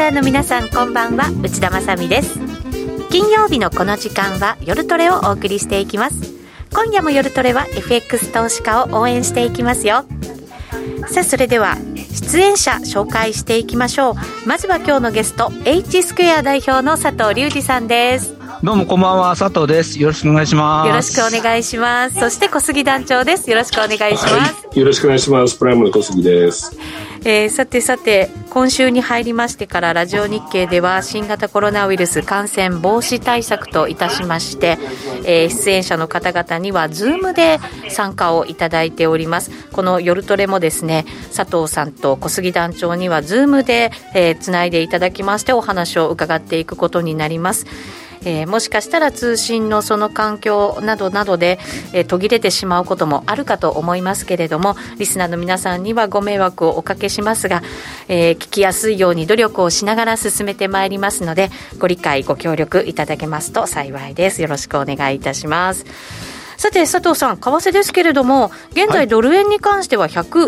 ナーの皆さんこんばんは、内田まさみです。金曜日のこの時間は夜トレをお送りしていきます。今夜も夜トレは FX 投資家を応援していきますよ。さあ、それでは出演者紹介していきましょう。まずは今日のゲスト H スクエア代表の佐藤隆二さんです。 どうもこんばんは、佐藤です。よろしくお願いします。 よろしくお願いします。そして小杉団長です。よろしくお願いします。 はい、よろしくお願いします。プライムの小杉です。 さて今週に入りましてからラジオ日経では新型コロナウイルス感染防止対策といたしまして、出演者の方々には Zoom で参加をいただいております。この夜トレもですね、佐藤さんと小杉団長には Zoom で、つないでいただきましてお話を伺っていくことになります。もしかしたら通信のその環境などなどで、途切れてしまうこともあるかと思いますけれども、リスナーの皆さんにはご迷惑をおかけしますが、聞きやすいように努力をしながら進めてまいりますので、ご理解ご協力いただけますと幸いです。よろしくお願いいたします。さて佐藤さん、為替ですけれども現在ドル円に関しては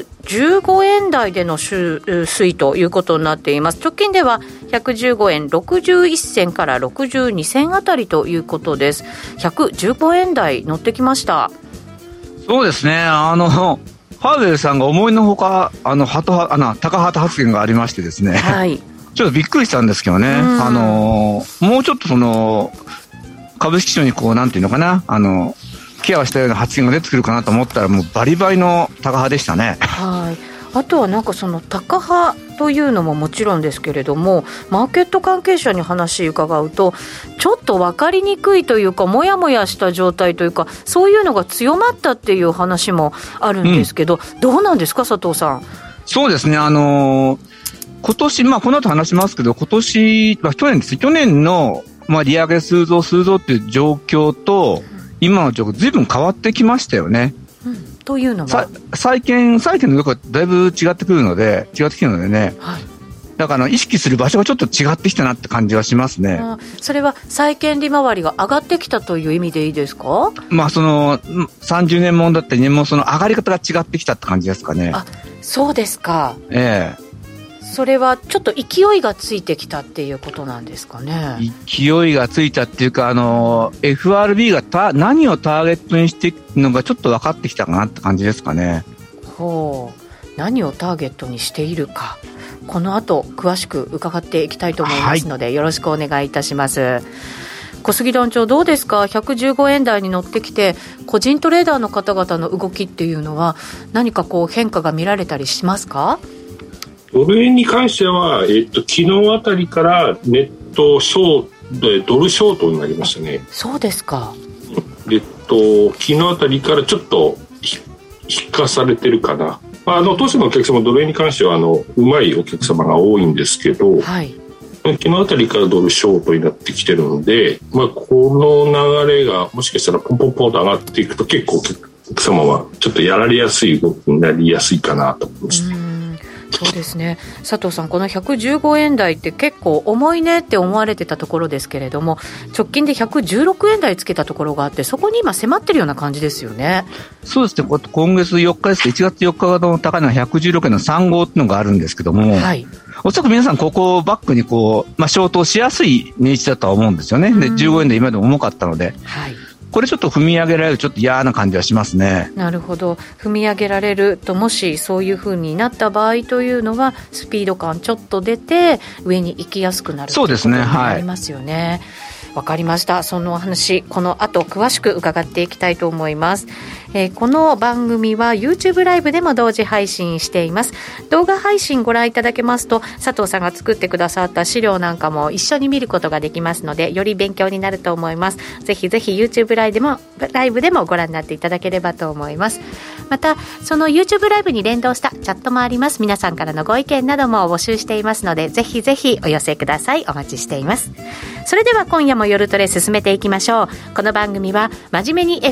115円台での推移ということになっています。直近では115円61銭から62銭あたりということです。115円台乗ってきました。 そうですね、ファーウェルさんが思いのほか高旗発言がありましてですね、はい、ちょっとびっくりしたんですけどね、もうちょっとその株式市場にこうなんていうのかな、ケアしたような発言が出てくるかなと思ったらもうバリバリの高派でしたね。 はい。あとはなんかその高派というのももちろんですけれども、マーケット関係者に話伺うとちょっと分かりにくいというかモヤモヤした状態というか、そういうのが強まったっていう話もあるんですけど、どうなんですか佐藤さん。 そうですね、今年、この後話しますけど、今年、去年の、利上げ数増っていう状況と今の状況随分変わってきましたよね。 というのは債券の量がだいぶ違ってきてるのでね、はい、だから意識する場所がちょっと違ってきたなって感じはしますね。 それは債券利回りが上がってきたという意味でいいですか。 その30年もんだったりね、もうその上がり方が違ってきたって感じですかね。 そうですか。それはちょっと勢いがついてきたっていうことなんですかね。 勢いがついたっていうか、FRB が何をターゲットにしていくのがちょっと分かってきたかなって感じですかね。 何をターゲットにしているか、この後詳しく伺っていきたいと思いますので、よろしくお願いいたします。小杉団長、どうですか。115円台に乗ってきて個人トレーダーの方々の動きっていうのは何かこう変化が見られたりしますか。 ドル円に関しては、昨日あたりからネットショートでドルショートになりましたね。 そうですか。 昨日あたりからちょっと引かされてるかな。当社のお客様ドル円に関してはうまいお客様が多いんですけど、はい、昨日あたりからドルショートになってきてるので、この流れがもしかしたらポンポンポンと上がっていくと結構お客様はちょっとやられやすい動きになりやすいかなと思いますね。 そうですね。佐藤さん、この115円台って結構重いねって思われてたところですけれども、直近で116円台つけたところがあって、そこに今迫ってるような感じですよね。 そうですね。今月4日ですけど、1月4日の高値は116円の35っていうのがあるんですけども、はい、おそらく皆さんここをバックにショートしやすい値位置だとは思うんですよね。で15円で今でも重かったので、はい、これちょっと踏み上げられるちょっと嫌な感じはしますね。 なるほど。踏み上げられると、もしそういう風になった場合というのはスピード感ちょっと出て上に行きやすくなるということになりますよね。わかりました。そのお話この後詳しく伺っていきたいと思います。この番組は YouTube ライブでも同時配信しています。動画配信ご覧いただけますと、佐藤さんが作ってくださった資料なんかも一緒に見ることができますので、より勉強になると思います。ぜひぜひ YouTube ライブでもご覧になっていただければと思います。またその YouTube ライブに連動したチャットもあります。皆さんからのご意見なども募集していますので、ぜひぜひお寄せください。お待ちしています。それでは今夜も夜トレ進めていきましょう。この番組は真面目に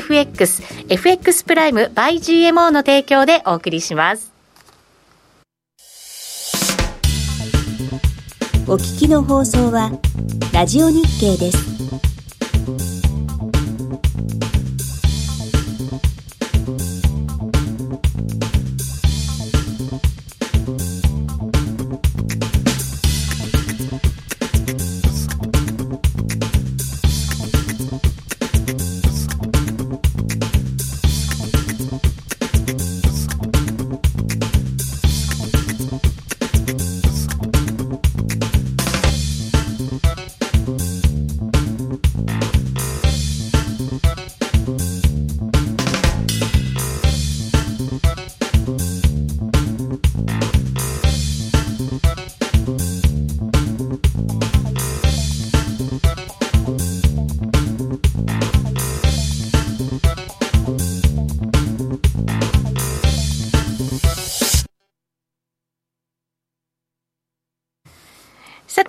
FX プライム by GMO の提供でお送りします。 お聞きの放送はラジオ日経です。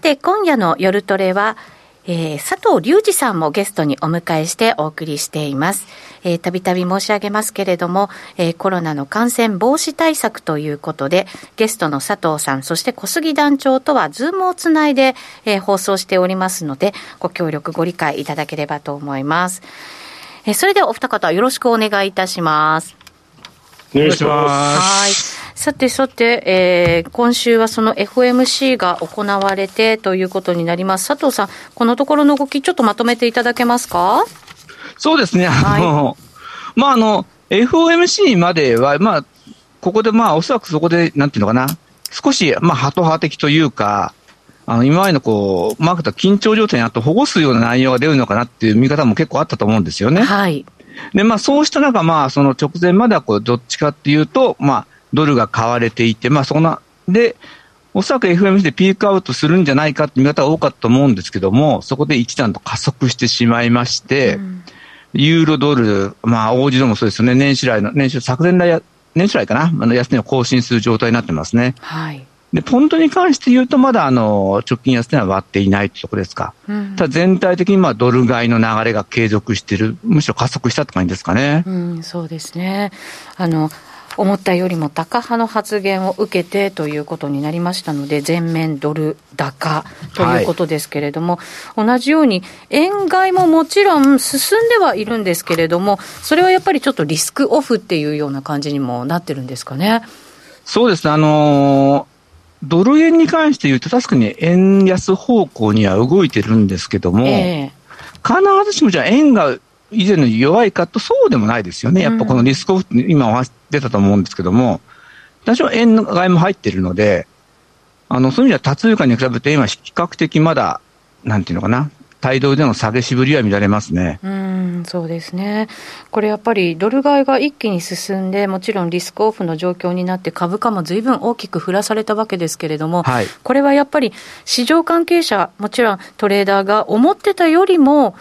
て今夜の夜トレは、佐藤隆二さんもゲストにお迎えしてお送りしています。たびたび申し上げますけれども、コロナの感染防止対策ということで、ゲストの佐藤さん、そして小杉団長とはズームをつないで、放送しておりますので、ご協力ご理解いただければと思います。それではお二方よろしくお願いいたします。 お願いします。 はい。さて、今週はその FOMC が行われてということになります。佐藤さん、このところの動きちょっとまとめていただけますか？ そうですね。FOMC までは、ここでおそらくそこで、なんていうのかな、少し、ハト派的というか、今までのマーケットは緊張状態にあって保護するような内容が出るのかなっていう見方も結構あったと思うんですよね。 はい。 で、そうした中、その直前まではどっちかっていうと、ドルが買われていて、で、おそらく FOMC でピークアウトするんじゃないかって見方が多かったと思うんですけども、そこで一段と加速してしまいまして、ユーロドル、オージドもそうですよね、昨年来かな、安値を更新する状態になってますね。 はい。 で、ポンドに関して言うと、まだ直近安値は割っていないというところですか。ただ全体的にドル買いの流れが継続している、むしろ加速したって感じですかね。 そうですね。思ったよりも高派の発言を受けてということになりましたので、全面ドル高ということですけれども、同じように円買いももちろん進んではいるんですけれども、それはやっぱりちょっとリスクオフっていうような感じにもなってるんですかね。 そうですね。ドル円に関して言うと確かに円安方向には動いてるんですけども、必ずしもじゃあ円が以前の弱いかとそうでもないですよね。やっぱこのリスクオフって今出たと思うんですけども、多少円買いも入ってるので、そういう意味では多通貨に比べて今比較的まだ、なんていうのかな、帯同での下げしぶりは見られますね。 そうですね。これやっぱりドル買いが一気に進んで、もちろんリスクオフの状況になって株価も随分大きく振らされたわけですけれども、これはやっぱり市場関係者、もちろんトレーダーが思ってたよりも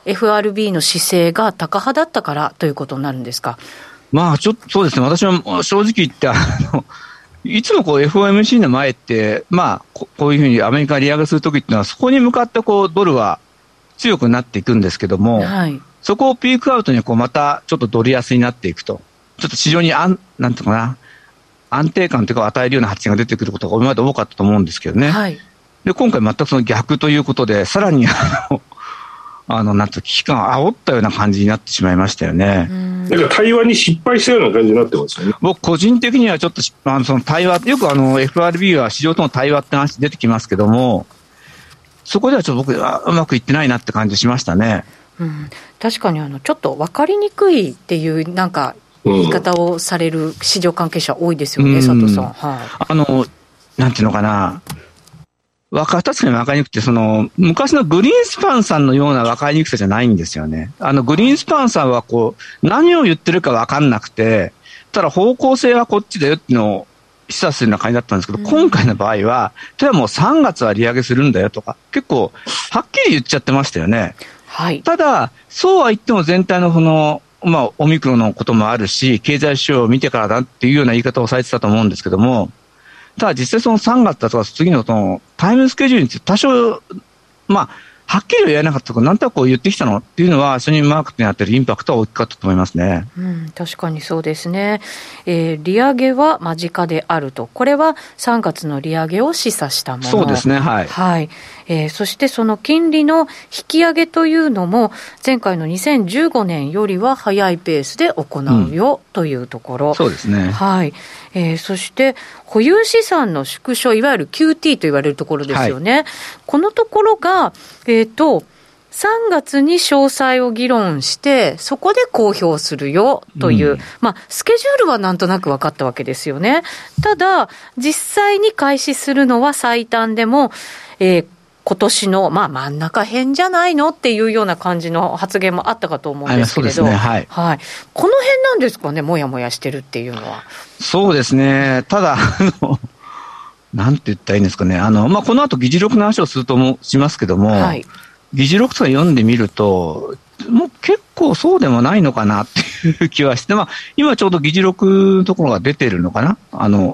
FRB の姿勢が高派だったからということになるんですか？ ちょっとそうですね。私は正直言っていつもFOMC の前って、こういうふうにアメリカが利上げするときっていうのは、そこに向かってドルは強くなっていくんですけども、そこをピークアウトにまたちょっとドル安になっていくと、ちょっと市場になんていうかな、安定感というか与えるような発言が出てくることが今まで多かったと思うんですけどね。で、今回全くその逆ということで、さらになんと危機感を煽ったような感じになってしまいましたよね。 なんか対話に失敗したような感じになってますよね。 僕個人的にはちょっとその対話、よくFRB は市場との対話って話出てきますけども、そこではちょっと僕はうまくいってないなって感じしましたね。 確かにちょっと分かりにくいっていうなんか言い方をされる市場関係者多いですよね、佐藤さん。 なんていうのかな。確かに分かりにくくて、昔のグリーンスパンさんのような分かりにくさじゃないんですよね。グリーンスパンさんは何を言ってるか分かんなくて、ただ方向性はこっちだよっていうのを示唆するような感じだったんですけど、今回の場合は、例えばもう3月は利上げするんだよとか、結構、はっきり言っちゃってましたよね。ただ、そうは言っても全体のオミクロンのこともあるし、経済指標を見てからだっていうような言い方をされてたと思うんですけども、ただ実際その3月だとか次のタイムスケジュールについて多少、はっきりは言えなかったとか、なんとなく言ってきたのっていうのは、それにマーケットにあってるインパクトは大きかったと思いますね。 確かにそうですね。利上げは間近であると。これは3月の利上げを示唆したもの。 そうですね。 そしてその金利の引き上げというのも、前回の2015年よりは早いペースで行うよというところ。 そうですね。 そして保有資産の縮小、いわゆる QT と言われるところですよね。このところが、3月に詳細を議論して、そこで公表するよという、スケジュールはなんとなく分かったわけですよね。ただ、実際に開始するのは最短でも、今年の、真ん中辺じゃないのっていうような感じの発言もあったかと思うんですけれど、この辺なんですかね、もやもやしてるっていうのは。 そうですね。ただ、なんて言ったらいいんですかね。この後議事録の話をしますけども、議事録とか読んでみると、もう結構そうでもないのかなっていう気はして、今ちょうど議事録のところが出てるのかな。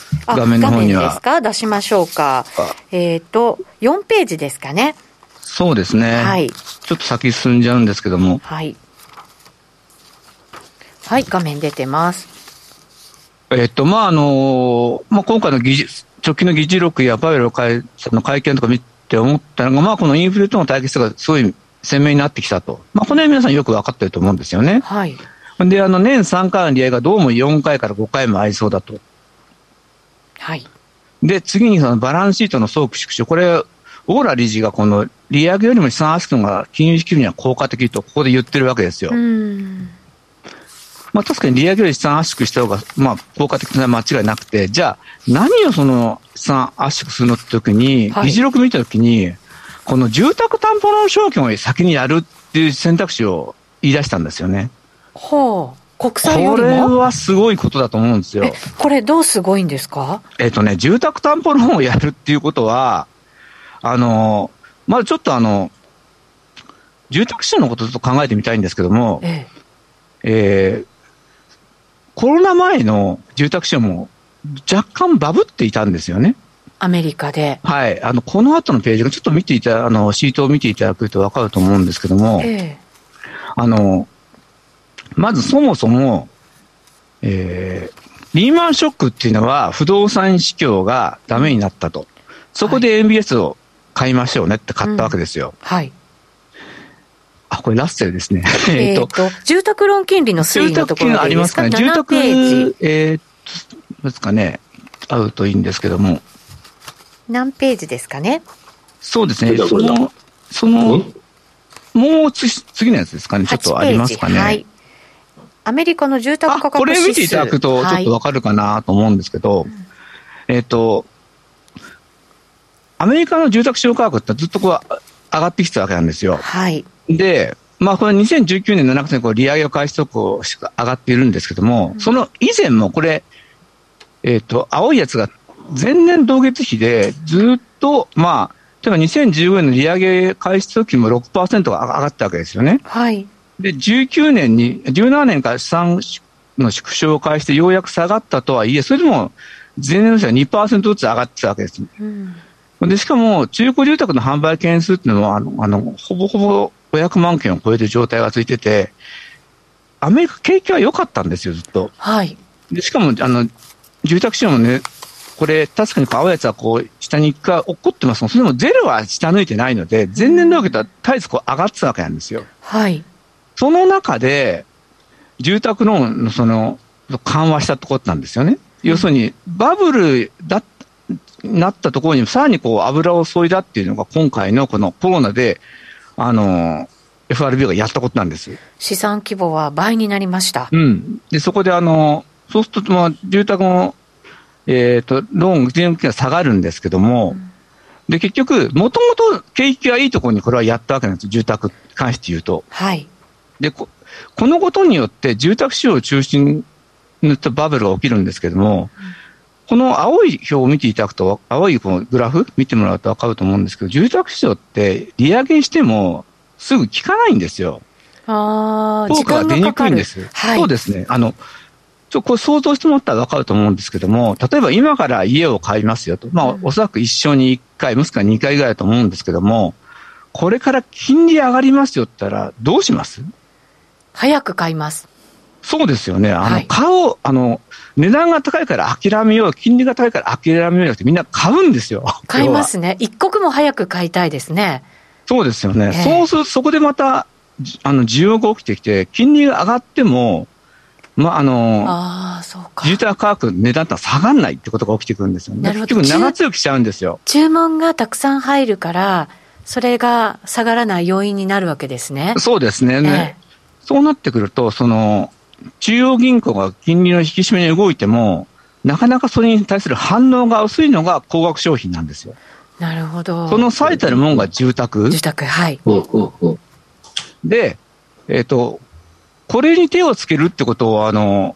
画面の方には。 画面ですか？出しましょうか。4ページですかね。 そうですね。はい。ちょっと先進んじゃうんですけども。 はい。はい、画面出てます。 今回の直近の議事録やパウエルの会見とか見て思ったのが、このインフレとの対決がすごい鮮明になってきたと。この辺皆さんよく分かってると思うんですよね。 はい。 で、年3回の利上げがどうも4回から5回もありそうだと。 はい。 で、次にそのバランスシートの早期縮小。これ、オーラ理事がこの利上げよりも資産圧縮が金融引き締めには効果的とここで言ってるわけですよ。確かに利上げより資産圧縮した方が、効果的な間違いなくて、じゃあ、何をその資産圧縮するのって時に、議事録見た時に、この住宅担保ローン証券を先にやるっていう選択肢を言い出したんですよね。 国債よりも？ これはすごいことだと思うんですよ。 これどうすごいんですか？ 住宅担保ローンをやるっていうことは、まずちょっと住宅市場のことをちょっと考えてみたいんですけども、コロナ前の住宅市場も若干バブっていたんですよね。 アメリカで。 はい。この後のページがちょっとシートを見ていただくと分かると思うんですけども、まずそもそも、リーマンショックっていうのは不動産市況がダメになったと。そこで MBS を買いましょうねって買ったわけですよ。 はい。 これラッセルですね。 住宅ローン金利の推移のところでいいですか？ 住宅金ありますかね。住宅、ですかね。合うといいんですけども。 何ページですかね。 そうですね。もう次のやつですかね。ちょっとありますかね。はい。 アメリカの住宅価格これ見ていただくとちょっとわかるかなと思うんですけど、アメリカの住宅市場価格ってずっと上がってきてたわけなんですよ。 はい。 で、これ2019年の7月に利上げを開始速報上がっているんですけども、その以前もこれ、青いやつが前年同月比でずっと、例えば2015年の利上げ開始時も 6% が上がったわけですよね。 はい。で、 17年から資産の縮小を開始してようやく下がったとはいえ、それでも前年の時は 2% ずつ上がってたわけです。で、しかも中古住宅の販売件数っていうのは、ほぼほぼ500万件を超える状態がついてて、アメリカ景気は良かったんですよ、ずっと。 はい。 で、しかも、住宅市場もね、これ、確かに青いやつは下に一回落っこってますが、それでもゼロは下抜いてないので、前年同期とは絶えず上がってたわけなんですよ。 はい。 その中で、住宅ローンの緩和したところなんですよね。要するに、バブルなったところにさらに油を注いだっていうのが今回のこのコロナで、FRB がやったことなんです。 資産規模は倍になりました。 で、そこでそうすると、住宅の、ローン、金が下がるんですけども、で、結局、もともと景気がいいところにこれはやったわけなんです。住宅に関して言うと。 はい。で、 このことによって住宅市場を中心にしたバブルが起きるんですけども、この青い表を見ていただくと、青いこのグラフ見てもらうと分かると思うんですけど、住宅市場って利上げしてもすぐ効かないんですよ。効果が出にくいんです。はい、そうですね。これ想像してもらったら分かると思うんですけども、例えば今から家を買いますよと。おそらく一生に1回、もしくは2回ぐらいだと思うんですけども、これから金利上がりますよって言ったらどうします？ 早く買います。 そうですよね。値段が高いから諦めよう、金利が高いから諦めようってみんな買うんですよ。 買いますね。一刻も早く買いたいですね。 そうですよね。そうするとそこでまた、需要が起きてきて、金利が上がっても、そうか。住宅価格の値段って下がらないってことが起きてくるんですよね。結局長続きしちゃうんですよ。 注文がたくさん入るから、それが下がらない要因になるわけですね。 そうですね。そうなってくると、中央銀行が金利の引き締めに動いても、なかなかそれに対する反応が薄いのが高額商品なんですよ。 なるほど。 その最たるものが住宅。 住宅、はい。 で、これに手をつけるってことを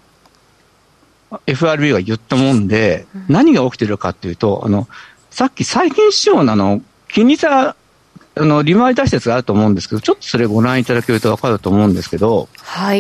FRB が言ったもんで、何が起きてるかっていうと、さっき債券市場の金利差、利回り出したやつがあると思うんですけど、ちょっとそれご覧いただけると分かると思うんですけど、 はい。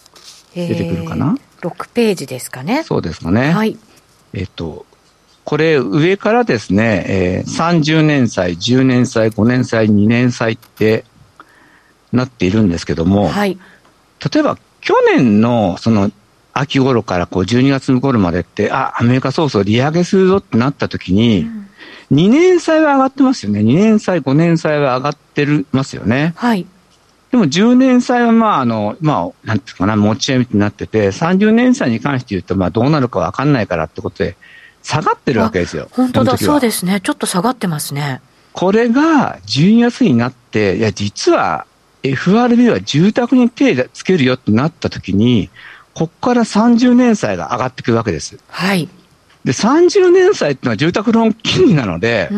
出てくるかな？ 6ページですかね。 そうですかね。 はい。 これ上からですね、30年債、10年債、5年債、2年債ってなっているんですけども、はい、例えば去年のその秋頃からこう12月頃までって、アメリカそろそろ利上げするぞってなった時に、2年債は上がってますよね。2年債、5年債は上がってますよね。はい。でも10年債はなんていうかな、持ち合いみたいになってて、30年債に関して言うと、どうなるかわかんないからってことで、下がってるわけですよ。 本当だ、そうですね。ちょっと下がってますね。 これが12月になって、いや、実は FRB は住宅に手つけるよってなった時に、ここから30年債が上がってくるわけです。はい。で、30年債っていうのは住宅ローン金利なので、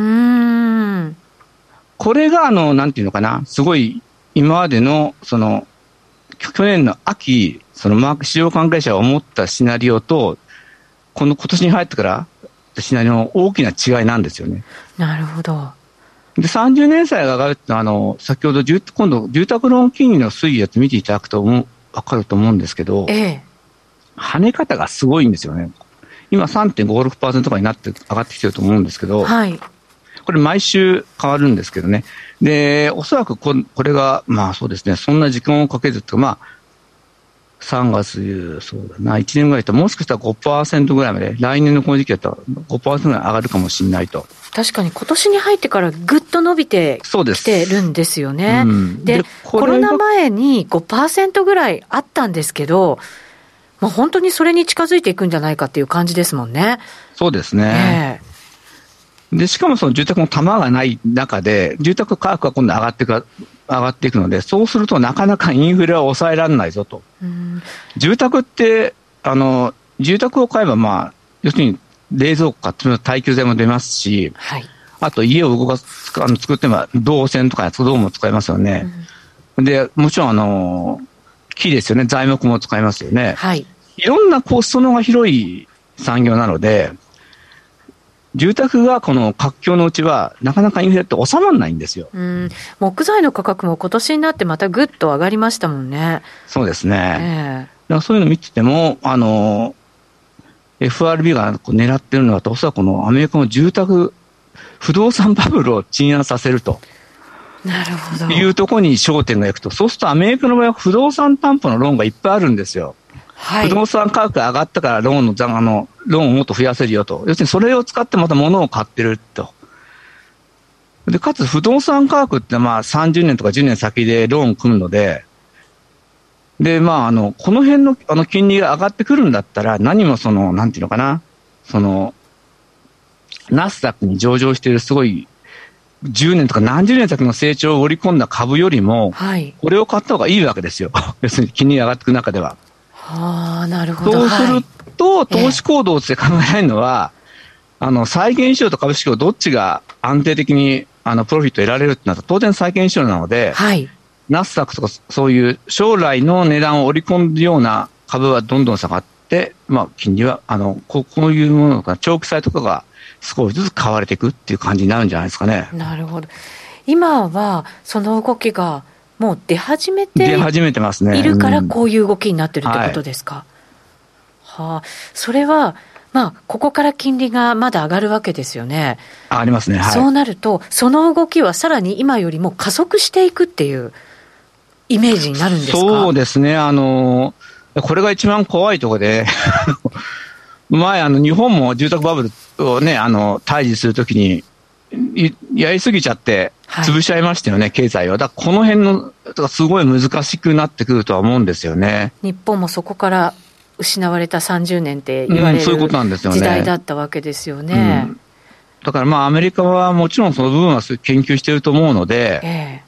これがなんていうのかな、すごい今までの、去年の秋、市場関係者が思ったシナリオと、今年に入ってからシナリオの大きな違いなんですよね。 なるほど。 で、30年債が上がるって先ほど今度住宅ローン金利の推移を見ていただくとわかると思うんですけど、跳ね方がすごいんですよね。今 3.56% とかになって上がってきてると思うんですけど、はい、これ毎週変わるんですけどね。で、おそらくこれが、そうですね、そんな時間をかけずとか、3月、そうだな、1年ぐらいともしかしたら 5% ぐらいまで、来年のこの時期だったら 5% ぐらい上がるかもしれないと。 確かに今年に入ってからぐっと伸びてきてるんですよね。で、コロナ前に 5% ぐらいあったんですけど、本当にそれに近づいていくんじゃないかっていう感じですもんね。 そうですね。で、しかもその住宅の玉がない中で、住宅価格が今度上がっていくので、そうするとなかなかインフレは抑えられないぞと。住宅って、住宅を買えば要するに冷蔵庫か耐久財も出ますし、はい、あと家を作っても銅線とか銅も使えますよね。で、もちろん木ですよね。材木も使いますよね。はい。いろんな裾野が広い産業なので、住宅がこの活況のうちはなかなかインフレって収まらないんですよ。 木材の価格も今年になってまたぐっと上がりましたもんね。 そうですね。だからそういうの見てても、FRB が狙ってるのは、おそらくこのアメリカの不動産バブルを鎮圧させると。 なるほど。 いうところに焦点がいくと、そうするとアメリカの場合は不動産担保のローンがいっぱいあるんですよ。はい。不動産価格が上がったからローンをもっと増やせるよと。要するにそれを使ってまた物を買ってると。で、かつ不動産価格って30年とか10年先でローン組むので、で、この辺の金利が上がってくるんだったら、何もなんていうのかな、ナスダックに上場しているすごい、10年とか何十年先の成長を織り込んだ株よりも、はい、これを買った方がいいわけですよ。要するに金利が上がっていく中では。 なるほど。 そうすると、投資行動って考えられるのは、債券市場と株式市場どっちが安定的にプロフィット得られるってなったら当然債券市場なので、はい、ナスダックとかそういう将来の値段を織り込んでるような株はどんどん下がって、金利はこういうものが長期債とかが少しずつ買われていくっていう感じになるんじゃないですかね。 なるほど。今はその動きがもう出始めてますね。 いるからこういう動きになってるってことですか。それはここから金利がまだ上がるわけですよね。 ありますね。はい。 そうなるとその動きはさらに今よりも加速していくっていうイメージになるんですか。 そうですね。これが一番怖いところで前日本も住宅バブルをね対峙するときにやりすぎちゃって潰しちゃいましたよね、はい、経済は。だからこの辺のすごい難しくなってくるとは思うんですよね。 日本もそこから失われた30年って言われる時代だったわけですよね。 だからアメリカはもちろんその部分は研究していると思うので、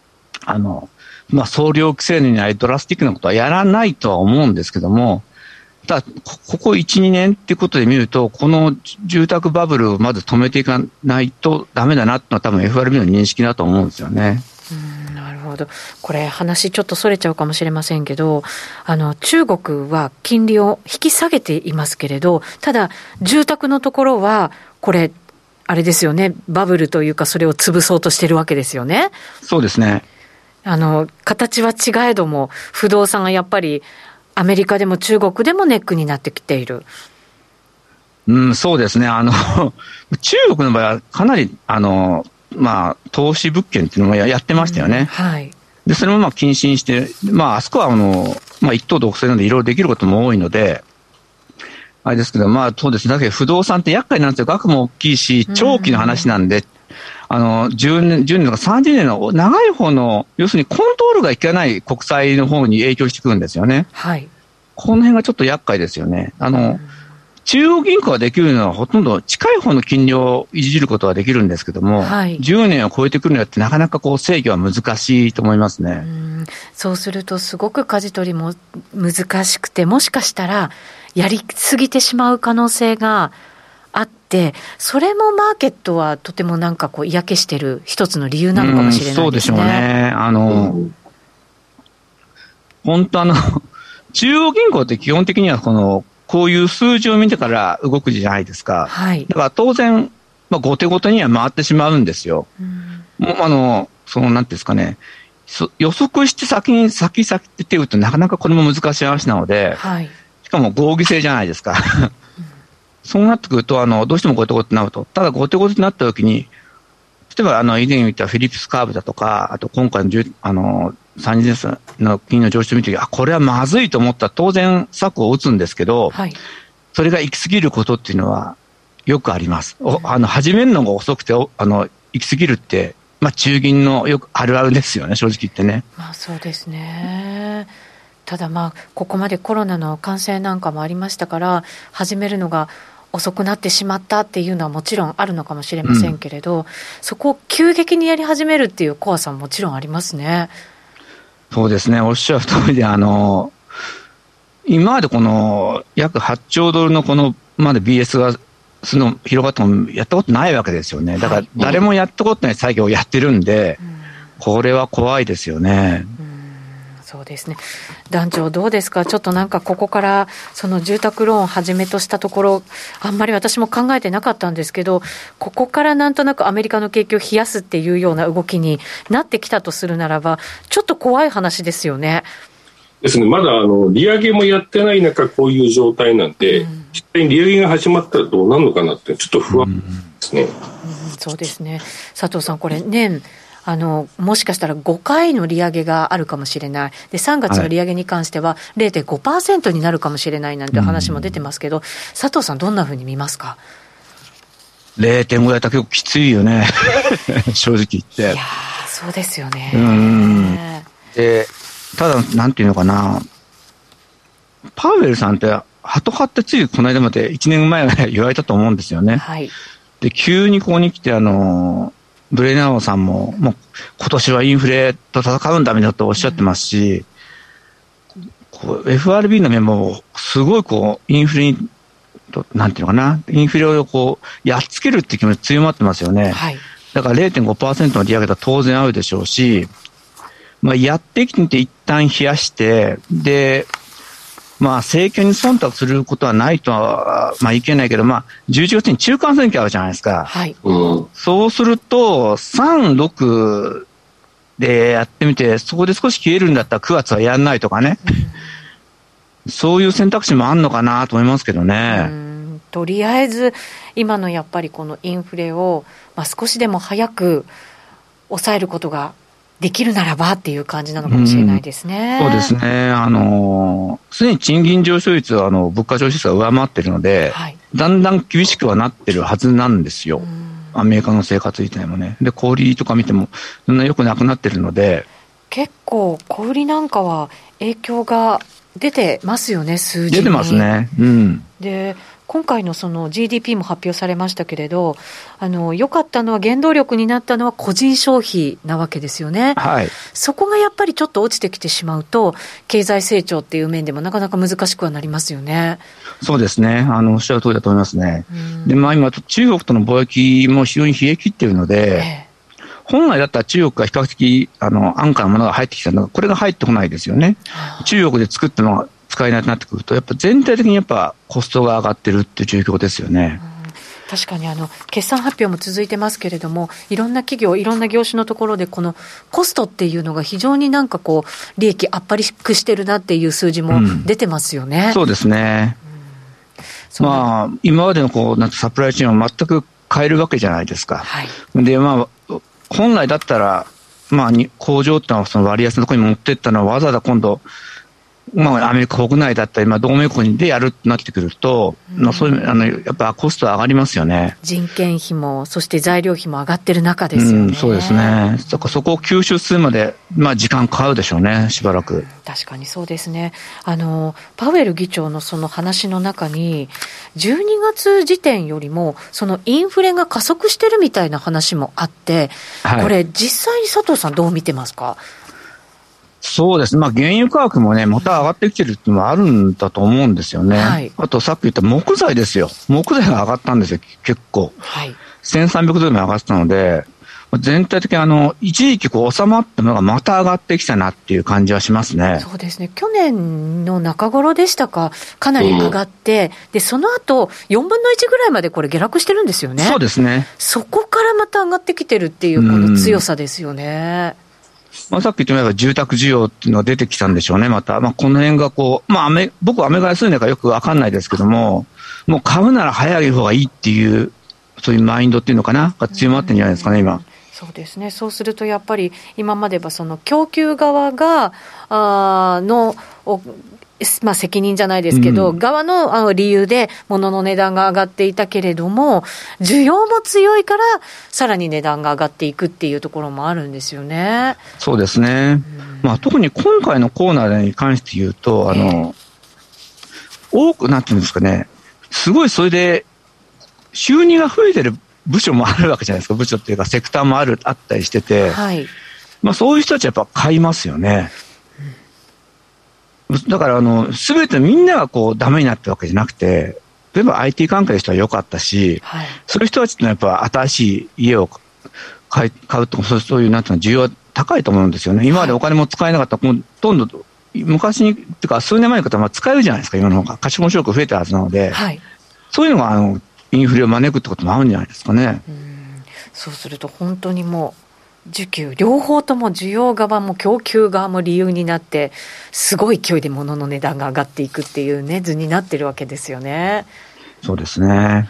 総量規制になりドラスティックなことはやらないとは思うんですけども、ただここ 1,2 年っていうことで見ると、この住宅バブルをまず止めていかないとダメだなってのは多分 FRB の認識だと思うんですよね。 なるほど。これ話ちょっとそれちゃうかもしれませんけど、中国は金利を引き下げていますけれど、ただ住宅のところはこれあれですよね、バブルというかそれを潰そうとしてるわけですよね。 そうですね。 形は違えども不動産がやっぱりアメリカでも中国でもネックになってきている。 そうですね。中国の場合はかなり、投資物件っていうのもやってましたよね。 はい。 で、それも禁止にして、あそこは一党独裁なのでいろいろできることも多いので、あれですけど、そうですね。だけど不動産って厄介なんですよ。額も大きいし、長期の話なんで、10年とか30年の長い方の、要するにコントロールがいかない国債の方に影響してくるんですよね。 はい。 この辺がちょっと厄介ですよね。中央銀行ができるのはほとんど近い方の金利をいじることはできるんですけども、はい、10年を超えてくるのってなかなか制御は難しいと思いますね。 そうするとすごく舵取りも難しくて、もしかしたらやりすぎてしまう可能性があって、それもマーケットはとても嫌気してる一つの理由なのかもしれないですね。 そうでしょうね。本当中央銀行って基本的にはこういう数字を見てから動くじゃないですか。はい。だから当然、後手後手には回ってしまうんですよ。なんていうんですかね。予測して先って手を打つとなかなかこれも難しい話なので、はい。しかも合議制じゃないですか。そうなってくると、どうしても後手後手になると。ただ後手後手になった時に、例えば以前言ったフィリップスカーブだとか、あと今回の30年の金の上昇を見て、これはまずいと思ったら当然策を打つんですけど、はい、それが行き過ぎることっていうのはよくあります。始めるのが遅くて、行き過ぎるって、中銀のよくあるあるですよね、正直言ってね。 そうですね。ただここまでコロナの感染なんかもありましたから、始めるのが遅くなってしまったっていうのはもちろんあるのかもしれませんけれど、そこを急激にやり始めるっていう怖さももちろんありますね。 そうですね、おっしゃる通りで、今まで約8兆ドルのまで BS が広がったのやったことないわけですよね。だから誰もやったことない作業をやってるんで、これは怖いですよね。 そうですね。団長どうですか。ちょっとここからその住宅ローンをはじめとしたところ、あんまり私も考えてなかったんですけど、ここからなんとなくアメリカの景気を冷やすっていうような動きになってきたとするならば、ちょっと怖い話ですよね。 ですね。まだ利上げもやってない中こういう状態なんで、実際に利上げが始まったらどうなるのかなってちょっと不安ですね。 そうですね。佐藤さん、これ年もしかしたら5回の利上げがあるかもしれない。で、3月の利上げに関しては 0.5% になるかもしれないなんて話も出てますけど、佐藤さんどんなふうに見ますか。 0.5 だったら結構きついよね。正直言って。 いやそうですよね。 で、ただ、なんていうのかな。パウエルさんって、ハト派ってついこの間まで1年前ぐらい言われたと思うんですよね。はい。で、急にここに来てブレナーさんも、今年はインフレと戦うんだみたいなことをおっしゃってますし、FRB のメンバーもすごいインフレに、なんていうのかな、インフレをやっつけるっていう気持ち強まってますよね。はい。だから 0.5% の利上げは当然あるでしょうし、やってきて一旦冷やして、で、政権に忖度することはないとは、いけないけど、11月に中間選挙あるじゃないですか。はい。そうすると、3、6でやってみて、そこで少し消えるんだったら9月はやんないとかね。そういう選択肢もあるのかなと思いますけどね。 とりあえず、今のやっぱりこのインフレを、少しでも早く抑えることができるならばっていう感じなのかもしれないですね。 そうですね。すでに賃金上昇率は物価上昇率が上回っているので、はい、だんだん厳しくはなってるはずなんですよ。アメリカの生活自体もね。で、小売りとか見てもそんな良くなくなってるので。 結構小売りなんかは影響が出てますよね、数字に。 出てますね。 で、今回のその GDP も発表されましたけれど、良かったのは、原動力になったのは個人消費なわけですよね。はい。そこがやっぱりちょっと落ちてきてしまうと、経済成長っていう面でもなかなか難しくはなりますよね。 そうですね。おっしゃる通りだと思いますね。で、今、中国との貿易も非常に冷え切っているので、本来だったら中国が比較的、安価なものが入ってきたのが、これが入ってこないですよね。中国で作ったのが使えなくなってくると、やっぱ全体的にコストが上がってるっていう状況ですよね。 確かに決算発表も続いてますけれども、いろんな企業、いろんな業種のところでこのコストっていうのが非常に利益圧迫してるなっていう数字も出てますよね。 そうですね。 まあ、今までのなんてサプライチェーンを全く変えるわけじゃないですか。はい、で、まあ、本来だったら、まあ、工場ってのはその割安のところに持っていったのはわざわざ今度、まあ、アメリカ国内だったり、まあ、同盟国でやるってなってくると、まあ、そういうやっぱコスト上がりますよね。 人件費も、そして材料費も上がってる中ですよね。 そうですね。そこを吸収するまで、まあ、時間かかるでしょうね、しばらく。 確かにそうですね。パウエル議長のその話の中に、12月時点よりも、そのインフレが加速してるみたいな話もあって、はい、これ、実際に佐藤さん、どう見てますか？ そうですね。まあ、原油価格もね、また上がってきてるっていうのもあるんだと思うんですよね。はい、あと、さっき言った木材ですよ。木材が上がったんですよ、結構。はい。1300ドルも上がってたので、全体的に一時期収まったのがまた上がってきたなっていう感じはしますね。 そうですね。去年の中頃でしたか、かなり上がって、で、その後、4分の1ぐらいまでこれ下落してるんですよね。 そうですね。 そこからまた上がってきてるっていう、この強さですよね。 まあ、さっき言ったように住宅需要っていうのが出てきたんでしょうね、また。まあ、この辺がまあ、僕はアメリカに住んでるからよくわかんないですけども、もう買うなら早い方がいいっていう、そういうマインドっていうのかな、が強まってるんじゃないですかね、今。 そうですね。そうするとやっぱり今まではその供給側がまあ、責任じゃないですけど、側の理由で物の値段が上がっていたけれども、需要も強いからさらに値段が上がっていくっていうところもあるんですよね。 そうですね。まあ、特に今回のコーナーに関して言うと、多くなってるんですかね、すごいそれで収入が増えてる部署もあるわけじゃないですか。部署っていうかセクターもあったりしてて、はい、まあ、そういう人たちはやっぱ買いますよね。だからすべてみんながダメになったわけじゃなくて、例えば IT 関係の人は良かったし、はい、そういう人たちってのはやっぱ新しい家を買うとか、そういうなんていうの需要は高いと思うんですよね。今までお金も使えなかったら、ほとんど昔にっていうか数年前に方は使えるじゃないですか。今の方が賢い証拠増えたはずなので、はい、そういうのがインフレを招くってこともあるんじゃないですかね。 そうすると本当にもう需給両方とも需要側も供給側も理由になってすごい勢いで物の値段が上がっていくっていうね図になってるわけですよね。 そうですね、 はい、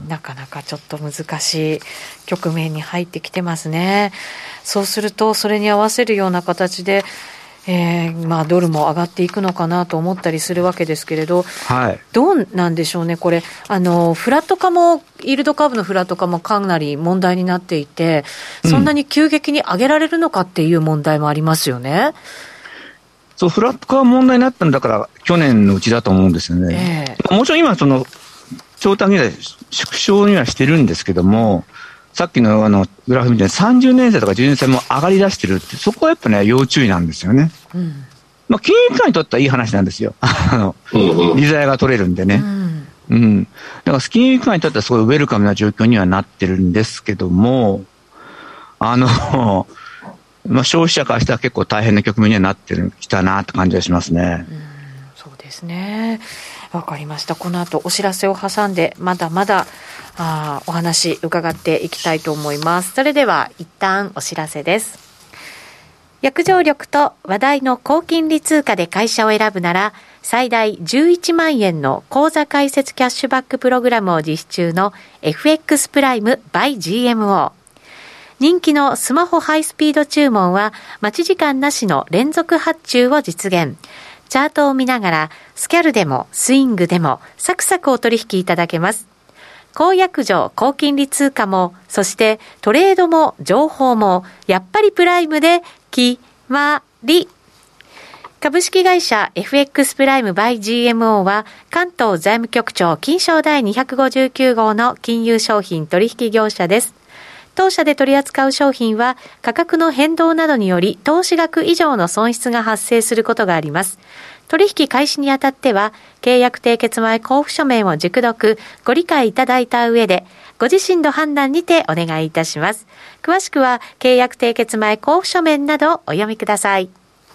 なかなかちょっと難しい局面に入ってきてますね。そうするとそれに合わせるような形でまあ、ドルも上がっていくのかなと思ったりするわけですけれど、はい、どうなんでしょうね、これフラット化もイールドカーブのフラット化もかなり問題になっていて、そんなに急激に上げられるのかっていう問題もありますよね。 そう、フラット化は問題になったんだから去年のうちだと思うんですよね。もちろん今長短期で縮小にはしてるんですけども、さっきのグラフみたいに30年生とか10年生も上がり出してるって、そこはやっぱね、要注意なんですよね。まあ、金融機関にとってはいい話なんですよ。利ざやが取れるんでね。だから金融機関にとってはすごいウェルカムな状況にはなってるんですけども、まあ、消費者からしては結構大変な局面にはなってきたなって感じがしますね。 そうですね。わかりました。この後お知らせを挟んでまだまだお話伺っていきたいと思います。それでは一旦お知らせです。約定力と話題の高金利通貨で会社を選ぶなら最大11万円の口座開設キャッシュバックプログラムを実施中の FX プライム by GMO。人気のスマホハイスピード注文は待ち時間なしの連続発注を実現。チャートを見ながらスキャルでもスイングでもサクサクお取引いただけます。高約定高金利通貨も、そしてトレードも情報もやっぱりプライムで決まり。株式会社 FX プライム by GMO は関東財務局長金商第259号の金融商品取引業者です。当社で取り扱う商品は価格の変動などにより投資額以上の損失が発生することがあります。取引開始にあたっては契約締結前交付書面を熟読ご理解いただいた上でご自身の判断にてお願いいたします。詳しくは契約締結前交付書面などお読みください。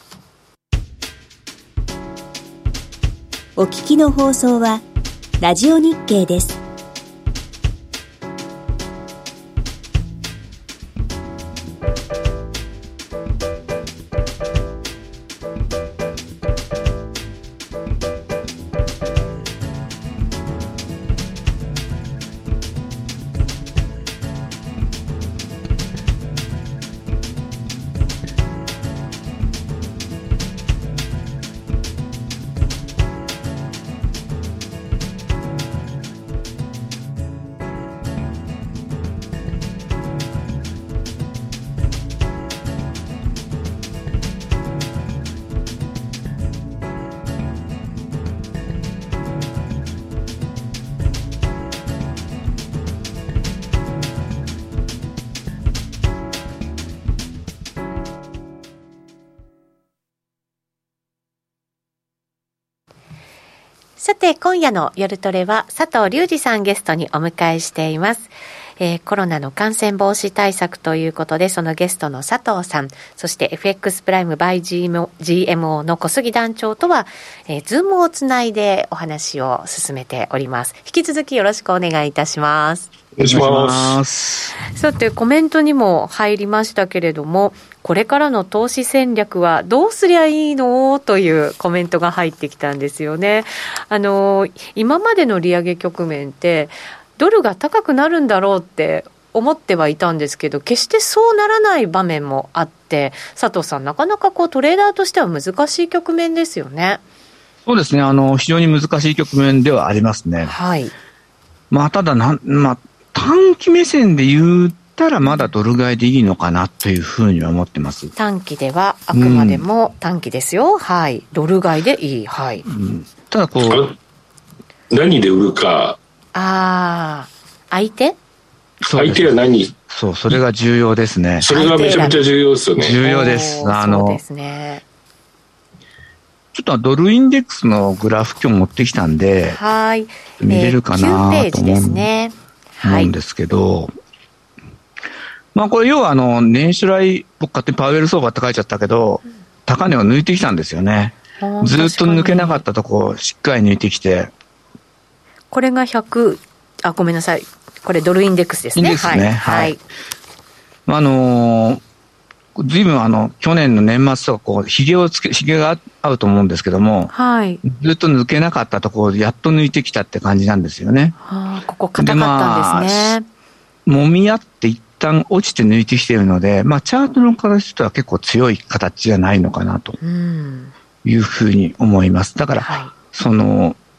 お聞きの放送はラジオ日経です。 さて今夜の夜トレは佐藤隆二さんゲストにお迎えしています。コロナの感染防止対策ということで、そのゲストの佐藤さん、そして FX プライム by GMO の小杉団長とは、ズームをつないでお話を進めております。引き続きよろしくお願いいたします。 お願いします。 さてコメントにも入りましたけれども、これからの投資戦略はどうすりゃいいのというコメントが入ってきたんですよね。今までの利上げ局面ってドルが高くなるんだろうって思ってはいたんですけど、決してそうならない場面もあって、佐藤さんなかなかトレーダーとしては難しい局面ですよね。 そうですね、非常に難しい局面ではありますね。 はい。 ただ短期目線で言ったらまだドル買いでいいのかなというふうには思ってます。 短期ではあくまでも短期ですよ。はい。ドル買いでいい。はい。 ただ何で売るか。 相手は何？ そう、それが重要ですね。 それがめちゃめちゃ重要ですよね。 重要です。 そうですね。 ちょっとドルインデックスのグラフ今日持ってきたんで、 はい。 見れるかなと思うんですけど、これ要は年初来、僕勝手にパウエル相場って書いちゃったけど、高値を抜いてきたんですよね。ずっと抜けなかったとこをしっかり抜いてきて、 これがごめんなさい。これドルインデックスですね。 インデックスね。はい。随分去年の年末とかひげが合うと思うんですけども、 はい。 ずっと抜けなかったところでやっと抜いてきたって感じなんですよね。 ここ硬かったんですね。 揉み合って一旦落ちて抜いてきているので、チャートの形とは結構強い形じゃないのかなというふうに思います。だから、はい、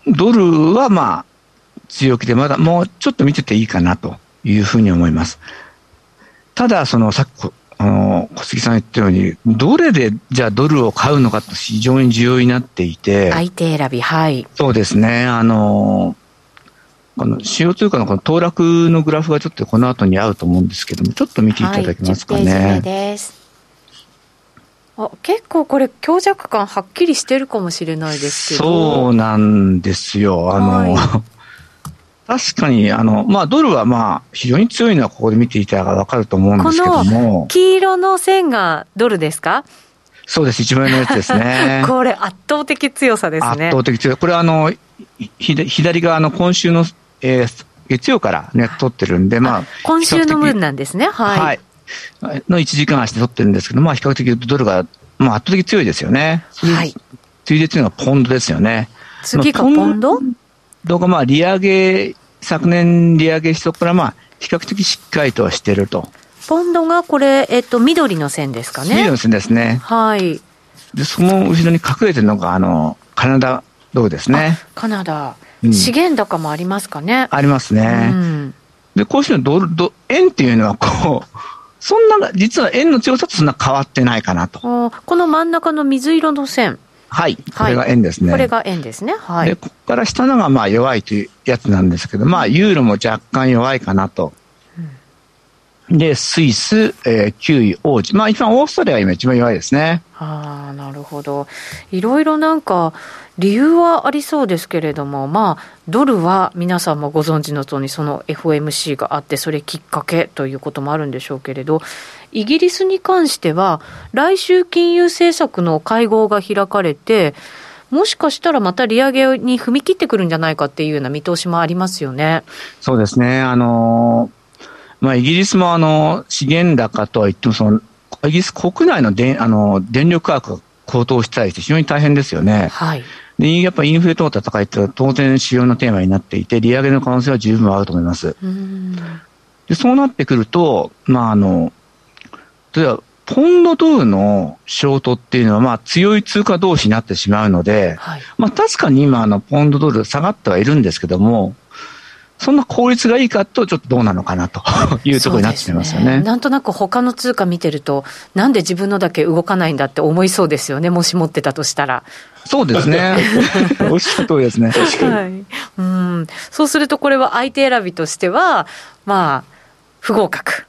ドルは強気でまだもうちょっと見てていいかなというふうに思います。たださっき小杉さん言ったようにどれでじゃあドルを買うのかと非常に重要になっていて、 相手選び、はい、 そうですね。この主要通貨のこの騰落のグラフがちょっとこの後に合うと思うんですけども、ちょっと見ていただけますかね。 10ページ目です。結構これ強弱感はっきりしてるかもしれないですけど。 そうなんですよ。確かにドルは非常に強いのはここで見ていたら分かると思うんですけども、 この黄色の線がドルですか？ そうです、一番上のやつですね。 これ圧倒的強さですね。 圧倒的強さ。これ左側今週の、月曜からね取ってるんで、 今週の分なんですね。はい。 の1時間足で取ってるんですけど、比較的ドルが圧倒的強いですよね。 はい。 次いで強いのがポンドですよね。 次がポンド？ 利上げ、昨年利上げしてから比較的しっかりとはしてると。 ポンドがこれ、緑の線ですかね。 緑の線ですね。 はい。 で、その後ろに隠れてるのが、カナダドルですね。 カナダ。資源高もありますかね。 ありますね。で、こういうの円っていうのはそんな、実は円の強さとそんな変わってないかなと。 この真ん中の水色の線。 はい。これが円ですね。 これが円ですね。はい。 で、ここから下のが弱いというやつなんですけど、ユーロも若干弱いかなと。で、スイス、9位、オージ。一番オーストラリアが今一番弱いですね。 なるほど。いろいろ理由はありそうですけれども、ドルは皆さんもご存知の通りその FOMC があって、それきっかけということもあるんでしょうけれど、イギリスに関しては来週金融政策の会合が開かれて、もしかしたらまた利上げに踏み切ってくるんじゃないかっていうような見通しもありますよね。 そうですね。イギリスも資源高とは言ってもイギリス国内の電力価格が高騰したりして非常に大変ですよね。 はい。 で、やっぱりインフレとの戦いって当然主要なテーマになっていて、利上げの可能性は十分あると思います。で、そうなってくると、例えばポンドドルのショートっていうのは強い通貨同士になってしまうので、はい、確かに今ポンドドル下がってはいるんですけども、そんな効率がいいかとちょっとどうなのかなというところになってしまいますよね。 なんとなく他の通貨見てると、なんで自分のだけ動かないんだって思いそうですよね、もし持ってたとしたら。 そうですね。おっしゃる通りですね。確かに。 そうするとこれは相手選びとしては不合格。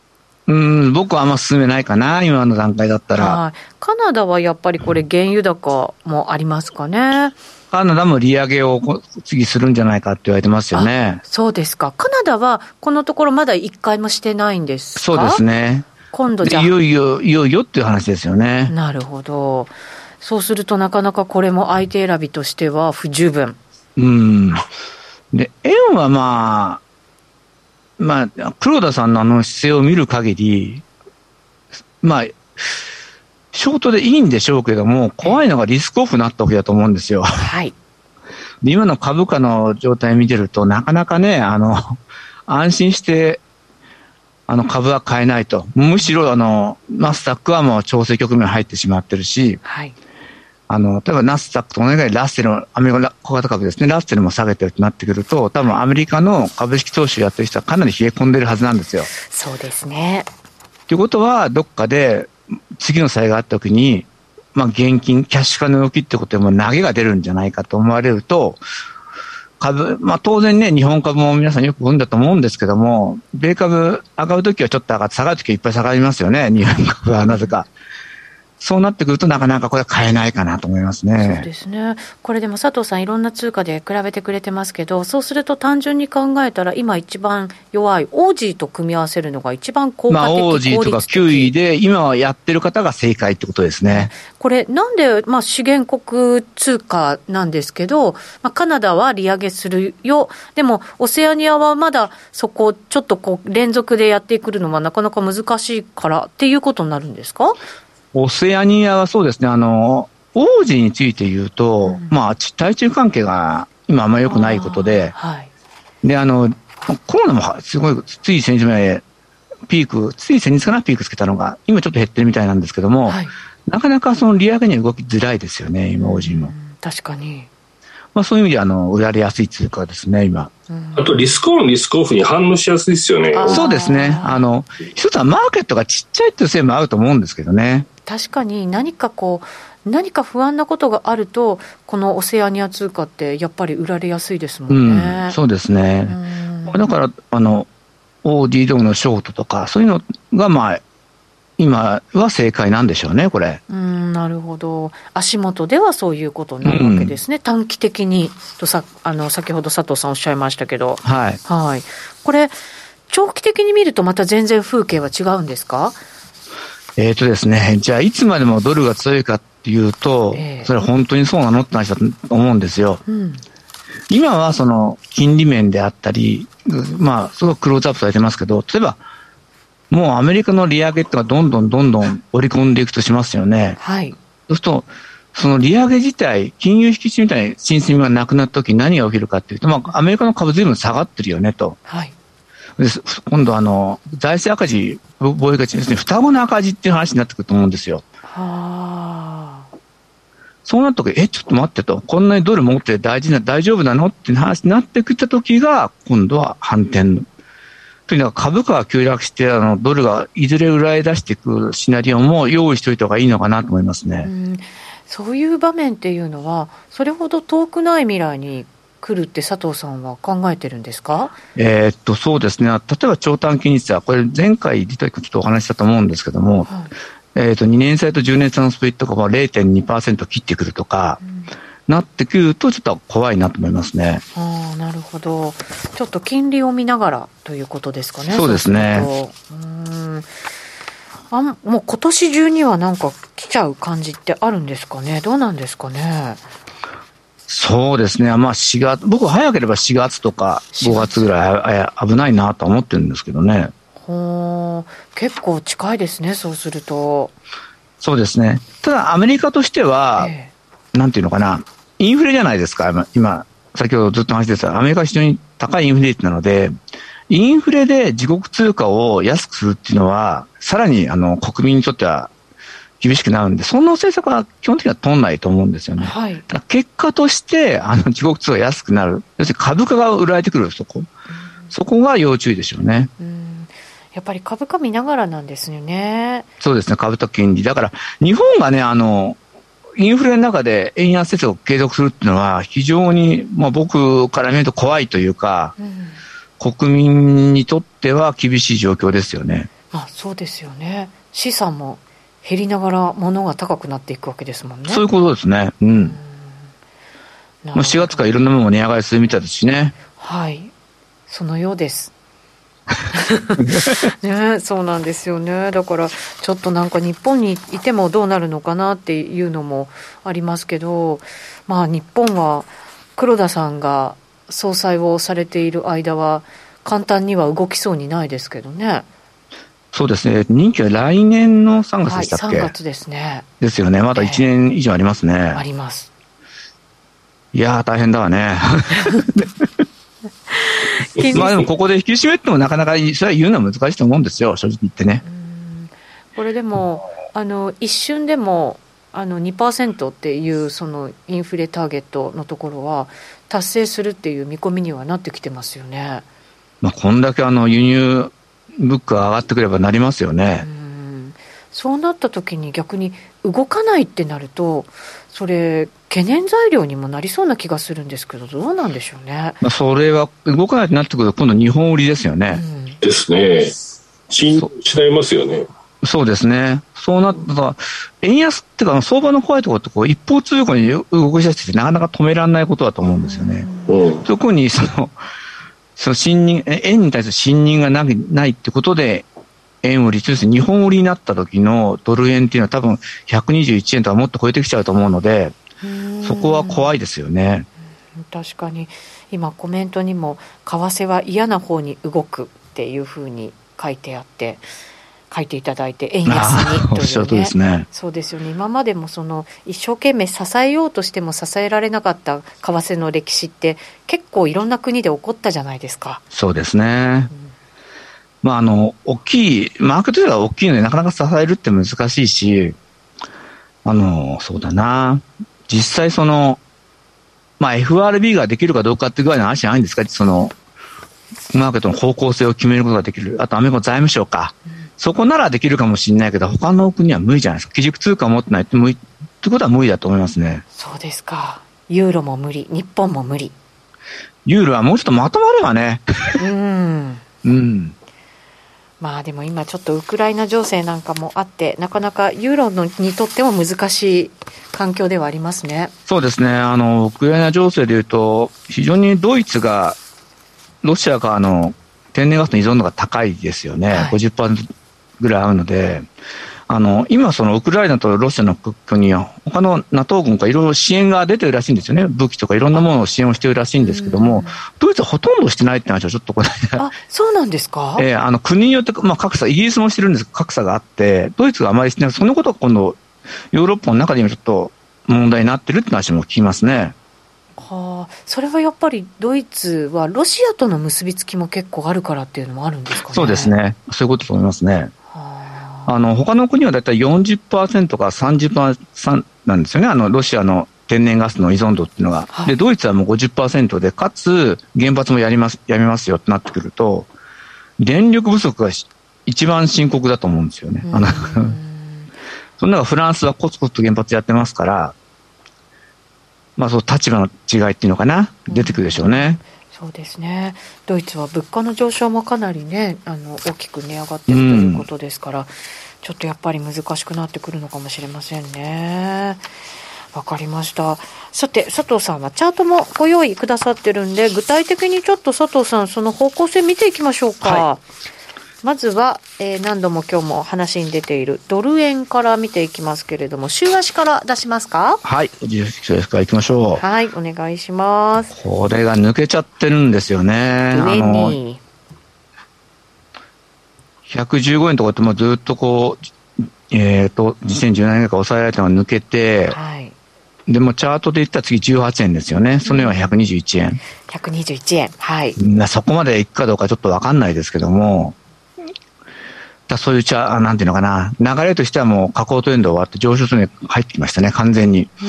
僕はあんま進めないかな、今の段階だったら。 カナダはやっぱりこれ原油高もありますかね。 カナダも利上げを次するんじゃないかって言われてますよね。 そうですか。カナダはこのところまだ1回もしてないんですか？ そうですね。 今度じゃいよいよっていう話ですよね。 なるほど。そうするとなかなかこれも相手選びとしては不十分。 で、円はまあ、黒田さんの姿勢を見る限り、ショートでいいんでしょうけども、怖いのがリスクオフになったわけだと思うんですよ。 はい。 で、今の株価の状態を見てると、なかなかね、安心して、株は買えないと。むしろ、ナスダックはもう調整局面入ってしまってるし、 はい。 例えばナスダックと同じぐらいラッセル、アメリカ小型株ですね、ラッセルも下げてるとなってくると、多分アメリカの株式投資をやってる人はかなり冷え込んでるはずなんですよ。 そうですね。 ということは、どっかで次の災害があったときに、現金、キャッシュ化の動きってことでも投げが出るんじゃないかと思われると、株、当然ね、日本株も皆さんよく読んだと思うんですけども、米株上がるときはちょっと上がって、下がるときはいっぱい下がりますよね、日本株はなぜか。そうなってくるとなかなかこれは買えないかなと思いますね。 そうですね。これでも佐藤さんいろんな通貨で比べてくれてますけど、そうすると単純に考えたら今一番弱いオージーと組み合わせるのが一番効果的、 オージーとか9位で今はやってる方が正解ってことですね。 これなんで、資源国通貨なんですけど、カナダは利上げするよ。でもオセアニアはまだそこちょっと連続でやってくるのはなかなか難しいからっていうことになるんですか？ オセアニアはそうですね、オージーについて言うと、対中関係が今あんまり良くないことで、 はい、 で、コロナもすごい、つい先日までピークつけたのが、今ちょっと減ってるみたいなんですけども、はい、なかなかその利上げには動きづらいですよね、今、オージーも。 確かに。 そういう意味で売られやすい通貨ですね、今。 あと、リスクオン、リスクオフに反応しやすいですよね。 そうですね。一つはマーケットがちっちゃいっていうせいもあると思うんですけどね。 確かに何か不安なことがあると、このオセアニア通貨ってやっぱり売られやすいですもんね。 そうですね。だから、OD ドムのショートとか、そういうのが今は正解なんでしょうね、これ。 なるほど。足元ではそういうことになるわけですね。短期的にと先ほど佐藤さんおっしゃいましたけど。 はい。 はい。これ、長期的に見るとまた全然風景は違うんですか？ ですね、じゃあいつまでもドルが強いかっていうと、それは本当にそうなのって話だと思うんですよ。今はその金利面であったり、すごくクローズアップされてますけど、例えば、もうアメリカの利上げってのがどんどん織り込んでいくとしますよね。 はい。 そうすると、その利上げ自体、金融引き締めみたいな進みがなくなったときに何が起きるかっていうと、アメリカの株ずいぶん下がってるよねと。 はい。 で今度財政赤字、貿易赤字ですね、双子の赤字っていう話になってくると思うんですよ。そうなったとき、ちょっと待ってと、こんなにドル持って大丈夫なのっていう話になってきたときが、今度は反転。というのは株価が急落して、ドルがいずれ売られ出していくシナリオも用意しておいた方がいいのかなと思いますね。 そういう場面っていうのは、それほど遠くない未来に来るって佐藤さんは考えてるんですか？ そうですね。例えば長短期日は、これ前回出た時ちょっとお話したと思うんですけども、2年債と10年債のスプリットが0.2% 切ってくるとか、なってくるとちょっと怖いなと思いますね。 なるほど。ちょっと金利を見ながらということですかね。 そうですね。 もう今年中にはなんか来ちゃう感じってあるんですかね。どうなんですかね。 そうですね。4月、僕は早ければ4月とか5月ぐらい危ないなと思ってるんですけどね。 結構近いですね、そうすると。 そうですね。ただアメリカとしては、なんていうのかな、インフレじゃないですか。今、先ほどずっと話してたアメリカは非常に高いインフレ率なので、インフレで自国通貨を安くするっていうのは、さらに国民にとっては厳しくなるんで、そんな政策は基本的には取んないと思うんですよね。 はい、 結果として自国通貨が安くなる、要するに株価が売られてくるそこが要注意でしょうね。 やっぱり株価見ながらなんですよね。 そうですね、株と金利だから日本がねインフレの中で円安政策を継続するっていうのは非常に、僕から見ると怖いというか、国民にとっては厳しい状況ですよね。 そうですよね。資産も減りながら物が高くなっていくわけですもんね。 そういうことですね。4月からいろんなものも値上がりするみたいですしね。 はい、そのようですね、そうなんですよね。だからちょっとなんか日本にいてもどうなるのかなっていうのもありますけど、日本は黒田さんが総裁をされている間は簡単には動きそうにないですけどね。 そうですね。任期は来年の3月でしたっけ？ 3月ですね。 ですよね。まだ1年以上ありますね。 あります。 いやー大変だわね。でもここで引き締めってもなかなかそれは言うのは難しいと思うんですよ、正直言ってね。 これでも一瞬でも2% っていうそのインフレターゲットのところは達成するっていう見込みにはなってきてますよね。 こんだけ輸入物価が上がってくればなりますよね。 そうなった時に逆に動かないってなるとそれ懸念材料にもなりそうな気がするんですけど、どうなんでしょうね。 それは動かないってなってくると今度日本売りですよね。 ですね。信用しないますよね。 そうですね。そうなったら円安っていうか相場の怖いところって一方通行に動き出しててなかなか止められないことだと思うんですよね。特にその信任、円に対する信任がないってことで円売り、日本売りになった時のドル円っていうのは多分121円とかもっと超えてきちゃうと思うので、そこは怖いですよね。 確かに今コメントにも為替は嫌な方に動くっていうふうに書いていただいて、円安にというね。おっしゃるとおりですね。そうですよね。今までも一生懸命支えようとしても支えられなかった為替の歴史って結構いろんな国で起こったじゃないですか。 そうですね。大きいマーケットでは大きいのでなかなか支えるって難しいし、そうだな、実際FRB ができるかどうかっていうぐらいの話じゃないんですか。マーケットの方向性を決めることができる。あとアメリカの財務省か、そこならできるかもしれないけど他の国は無理じゃないですか。基軸通貨を持ってないってことは無理だと思いますね。 そうですか。ユーロも無理、日本も無理。 ユーロはもうちょっとまとまればね。 でも今ちょっとウクライナ情勢なんかもあってなかなかユーロにとっても難しい環境ではありますね。 そうですね。ウクライナ情勢でいうと非常にドイツがロシアからの天然ガスの依存度が高いですよね。50% ぐらいあるので、今ウクライナとロシアの国境には他の NATO 軍からいろいろ支援が出てるらしいんですよね。武器とかいろんなものを支援をしてるらしいんですけども、ドイツはほとんどしてないって話をちょっとこの間。 そうなんですか？ 国によって格差、イギリスもしてるんですけど格差があって、ドイツがあまりしてない。そのことが今度ヨーロッパの中でもちょっと問題になってるって話も聞きますね。 それはやっぱりドイツはロシアとの結びつきも結構あるからっていうのもあるんですかね。 そうですね。そういうことと思いますね。他の国はだいたい 40% から 30% なんですよね。ロシアの天然ガスの依存度っていうのが。で、ドイツはもう 50% で、かつ原発もやめますよってなってくると、電力不足が一番深刻だと思うんですよね。その中フランスはコツコツと原発やってますから、そう立場の違いっていうのかな、出てくるでしょうね。 そうですね。ドイツは物価の上昇もかなりね大きく値上がっているということですから、ちょっとやっぱり難しくなってくるのかもしれませんね。わかりました。さて佐藤さんはチャートもご用意くださってるんで、具体的にちょっと佐藤さんその方向性見ていきましょうか。まずは、何度も今日も話に出ているドル円から見ていきますけれども、週足から出しますか？ はい、週足からいきましょう。 はい、お願いします。 これが抜けちゃってるんですよね。 上に 115円とかってずっと2017年から抑えられたのが抜けて、でもチャートで言ったら次18円ですよね。その辺は121円。 121円。はい。 そこまでいくかどうかちょっとわかんないですけども、そういうなんていうのかな、流れとしてはもう下降トレンド終わって上昇トレンドに入ってきましたね、完全に。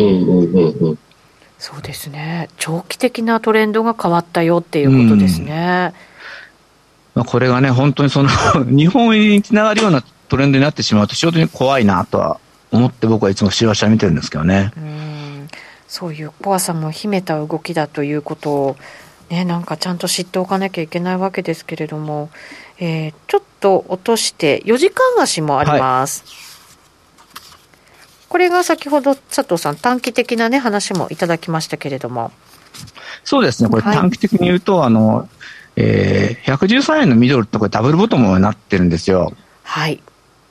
そうですね。長期的なトレンドが変わったよっていうことですね。 これがね、本当に日本につながるようなトレンドになってしまうと非常に怖いなとは思って僕はいつも週足は見てるんですけどね。 そういう怖さも秘めた動きだということをね、なんかちゃんと知っておかなきゃいけないわけですけれども、 ちょっと落として4時間足もあります、これが先ほど佐藤さん短期的なね話もいただきましたけれども。 そうですね、これ短期的に言うと、113円のミドルってこれダブルボトムになってるんですよ。 はい。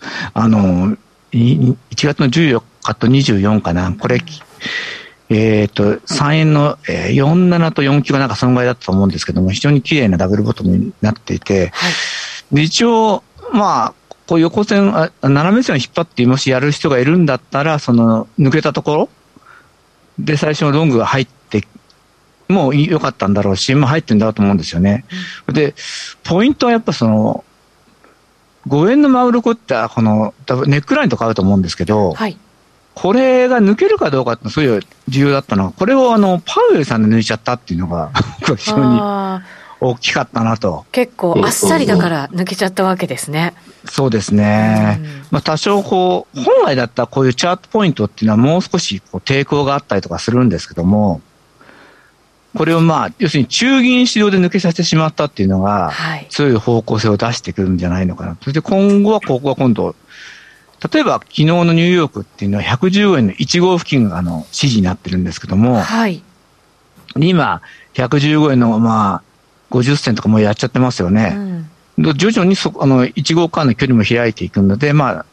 1月の14日と24かな、これ、3円の、47と49がなんかそのぐらいだったと思うんですけども、非常に綺麗なダブルボトムになっていて、はい、で一応、まあ、こう横線、斜め線を引っ張ってもしやる人がいるんだったら、その抜けたところで最初のロングが入ってもう良かったんだろうし、入ってんだと思うんですよね。で、ポイントはやっぱその、5円のマグロコってこのネックラインとかあると思うんですけど、はい、これが抜けるかどうかってそういう重要だったのが、これをパウエルさんで抜いちゃったっていうのが非常に大きかったなと。 結構あっさりだから抜けちゃったわけですね。 そうですね。多少本来だったらこういうチャートポイントっていうのはもう少し抵抗があったりとかするんですけども、これを要するに中銀指導で抜けさせてしまったっていうのが、強い方向性を出してくるんじゃないのかな。そして今後はここは今度、例えば昨日のニューヨークっていうのは115円の1号付近が支持になってるんですけども、はい、今115円の50銭とかもうやっちゃってますよね。徐々に1号間の距離も開いていくので、この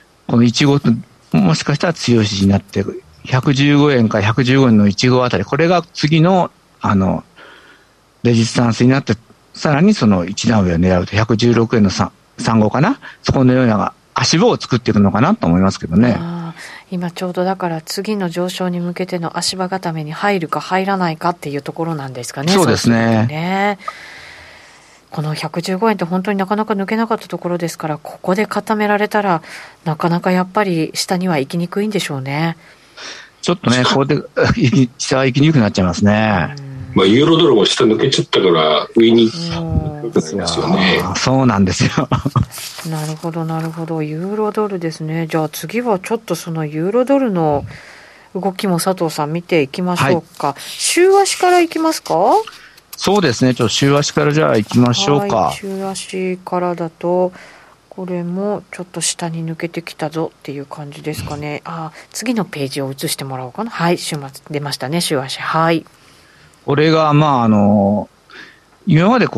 1号ともしかしたら強い支持になって115円から115円の1号あたり、これが次のレジスタンスになって、さらにその一段上を狙うと116円の3号かな、そこのような足場を作っていくのかなと思いますけどね。 今ちょうどだから次の上昇に向けての足場固めに入るか入らないかっていうところなんですかね。 そうですね。 この115円って本当になかなか抜けなかったところですから、ここで固められたらなかなかやっぱり下には行きにくいんでしょうね。 ちょっとね、ここで下は行きにくくなっちゃいますね。 ユーロドルも下抜けちゃったから上に行くなりますよね。 そうなんですよ。 なるほどなるほど。ユーロドルですね。じゃあ次はちょっとそのユーロドルの動きも佐藤さん見ていきましょうか。はい、週足からいきますか？ そうですね。ちょっと週足からじゃあいきましょうか。 はい、週足からだとこれもちょっと下に抜けてきたぞっていう感じですかね。次のページを移してもらおうかな。はい、週末出ましたね、週足。はい。 これが今まで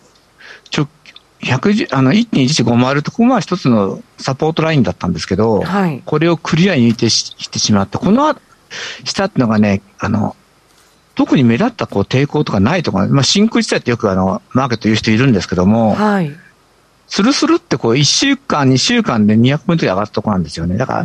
1.1150 とここが一つのサポートラインだったんですけど、はい、これをクリアに抜いてしてしまって、この下っていうのがね、特に目立った抵抗とかないとか、真空地帯ってよくマーケット言う人いるんですけども、はい、スルスルって1週間、2週間で200ポイントで上がったところなんですよね。だから、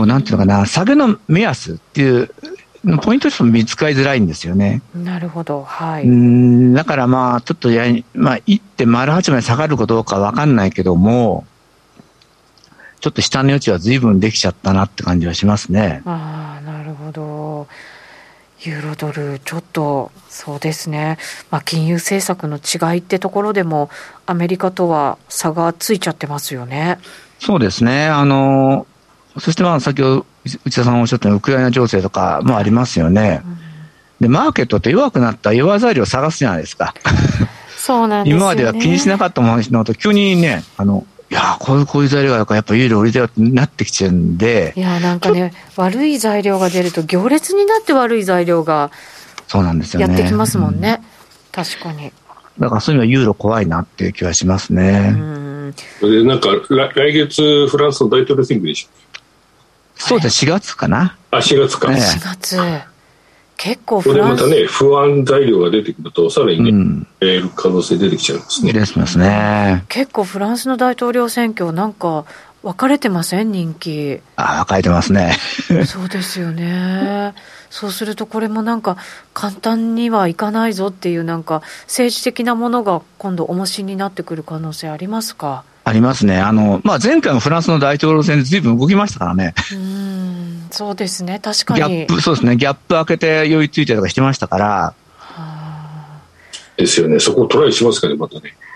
なんていうのかな、下げの目安っていう、ポイントとしても見つかりづらいんですよね。 なるほど。はい。 だからちょっと1.08まで下がるかどうかわかんないけども、ちょっと下の余地は随分できちゃったなって感じはしますね。 なるほど。ユーロドルちょっとそうですね、金融政策の違いってところでもアメリカとは差がついちゃってますよね。 そうですね。そして先ほど内田さんおっしゃったようにウクライナ情勢とかもありますよね。でマーケットって弱くなった弱材料を探すじゃないですか。 そうなんですよね。 今までは気にしなかったもののと急にね、いやこういう材料があるからやっぱユーロ売りだよってなってきちゃうんで、 いやなんかね、悪い材料が出ると行列になって悪い材料がそうなんですよね、 やってきますもんね。確かに。 だからそういうのはユーロ怖いなっていう気はしますね。 でなんか来月フランスの大統領選挙でしょ。 そうです、4月かな。 4月か。 4月。結構フランスこれまたね、不安材料が出てくるとさらにね、可能性出てきちゃうんですね。 出てきますね。 結構フランスの大統領選挙なんか分かれてません？人気。 分かれてますね。 そうですよね。そうするとこれもなんか簡単にはいかないぞっていうなんか政治的なものが今度重しになってくる可能性ありますか？ ありますね。前回のフランスの大統領選で随分動きましたからね。 そうですね。確かに。 そうですね。ギャップ開けて酔いついたりとかしてましたから。 ですよね。そこをトライしますかね、またね。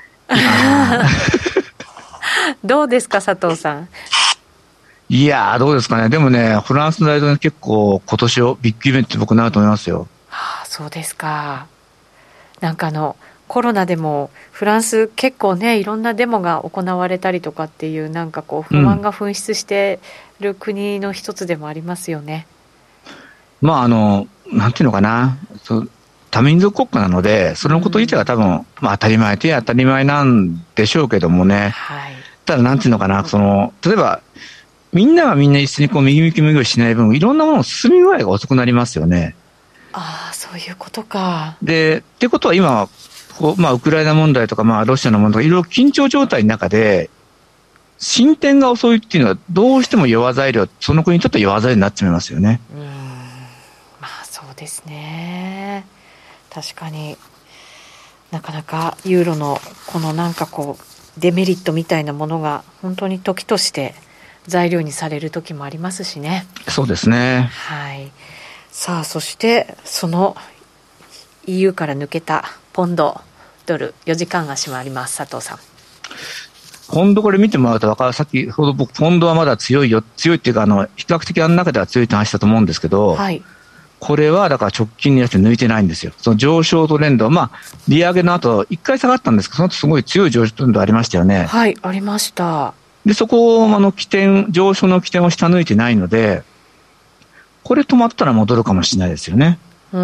どうですか、佐藤さん。 いやどうですかね。でもね、フランスの大統領結構今年ビッグイベントって僕なると思いますよ。 そうですか。なんかコロナでもフランス結構ねいろんなデモが行われたりとかっていうなんかこう不満が噴出している国の一つでもありますよね。 まあなんていうのかな、多民族国家なのでそのこと自体は多分、まあ、当たり前といえば当たり前なんでしょうけどもね、はい、ただなんていうのかな、例えばみんながみんな一緒にこう右向き右をしない分いろんなものの進み具合が遅くなりますよね。 ああ、そういうことか。 でってことは今まあ、ウクライナ問題とか、まあ、ロシアの問題とかいろいろ緊張状態の中で進展が遅いっていうのはどうしても弱材料、その国にとって弱材料になっちゃいますよね。 まあそうですね。確かになかなかユーロのこのなんかこうデメリットみたいなものが本当に時として材料にされる時もありますしね。 そうですね。 はい。さあそしてその EU から抜けたポンドドル4時間足もあります。佐藤さん。 ポンドこれ見てもらうと分かる。先ほど僕ポンドはまだ強いっていうか比較的あの中では強いと話したと思うんですけど、はい、これはだから直近にやって抜いてないんですよ。その上昇トレンド、まあ利上げの後一回下がったんですけど、その後すごい強い上昇トレンドありましたよね。 はい、ありました。 でそこを上昇の起点を下抜いてないので、これ止まったら戻るかもしれないですよね。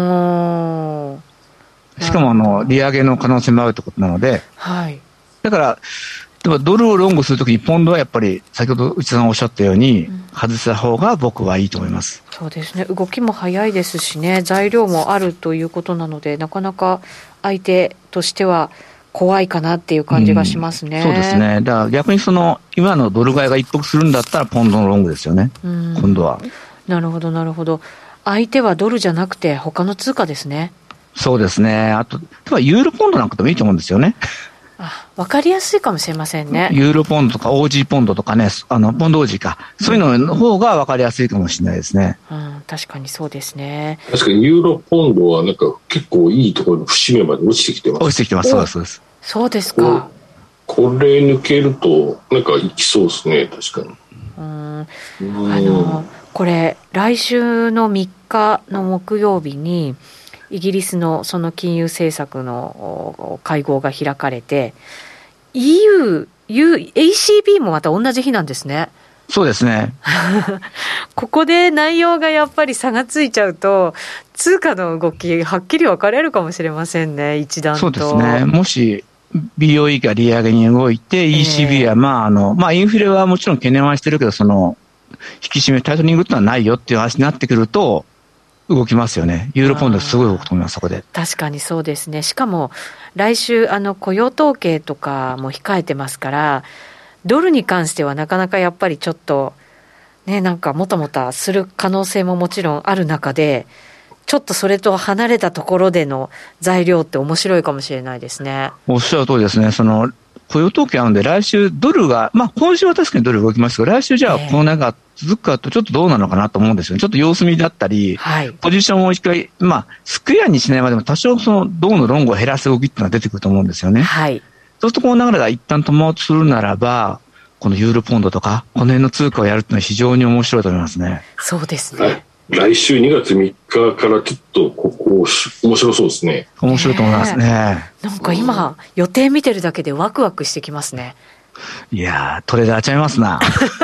しかも利上げの可能性もあるということなので、はい、だからドルをロングするときにポンドはやっぱり先ほど内田さんおっしゃったように、外した方が僕はいいと思います。 そうですね。動きも早いですしね、材料もあるということなので、なかなか相手としては怖いかなっていう感じがしますね。 そうですね。だから逆に今のドル買いが一服するんだったらポンドのロングですよね。今度は。なるほどなるほど。相手はドルじゃなくて他の通貨ですね。 そうですね。あとユーロポンドなんかでもいいと思うんですよね。 分かりやすいかもしれませんね。 ユーロポンドとか OG ポンドとかね、ポンド OG か、そういうのの方が分かりやすいかもしれないですね。 確かにそうですね。 確かにユーロポンドはなんか結構いいところの節目まで落ちてきてます。 落ちてきてます。そうですそうです。 そうですか。 これ抜けるとなんかいきそうですね。確かに。 これ来週の3日の木曜日にイギリスのその金融政策の会合が開かれて ACB もまた同じ日なんですね。 そうですね。 ここで内容がやっぱり差がついちゃうと通貨の動きはっきり分かれるかもしれませんね。一段と。 そうですね。もし BOE が利上げに動いて ECB はまあインフレはもちろん懸念はしてるけど引き締めタイトニングってのはないよっていう話になってくると動きますよね。ユーロポンドすごい動くと思います。そこで確かにそうですね。しかも来週雇用統計とかも控えてますから、ドルに関してはなかなかやっぱりちょっとね、なんかもたもたする可能性ももちろんある中で、ちょっとそれと離れたところでの材料って面白いかもしれないですね。 おっしゃる通りですね。雇用統計あるので来週ドルが、まあ今週は確かにドル動きますけど、来週じゃあこのなんか続くかとちょっとどうなのかなと思うんですよね。ちょっと様子見だったり、はい、ポジションを一回、まあスクエアにしないまでも多少銅のロングを減らす動きっていうのが出てくると思うんですよね。はい。そうするとこの流れが一旦止まるとするならば、このユーロポンドとかこの辺の通貨をやるっていうのは非常に面白いと思いますね。 そうですね。 来週2月3日からちょっとここ面白そうですね。 面白いと思いますね。 なんか今予定見てるだけでワクワクしてきますね。 いやートレーダーちゃいますな。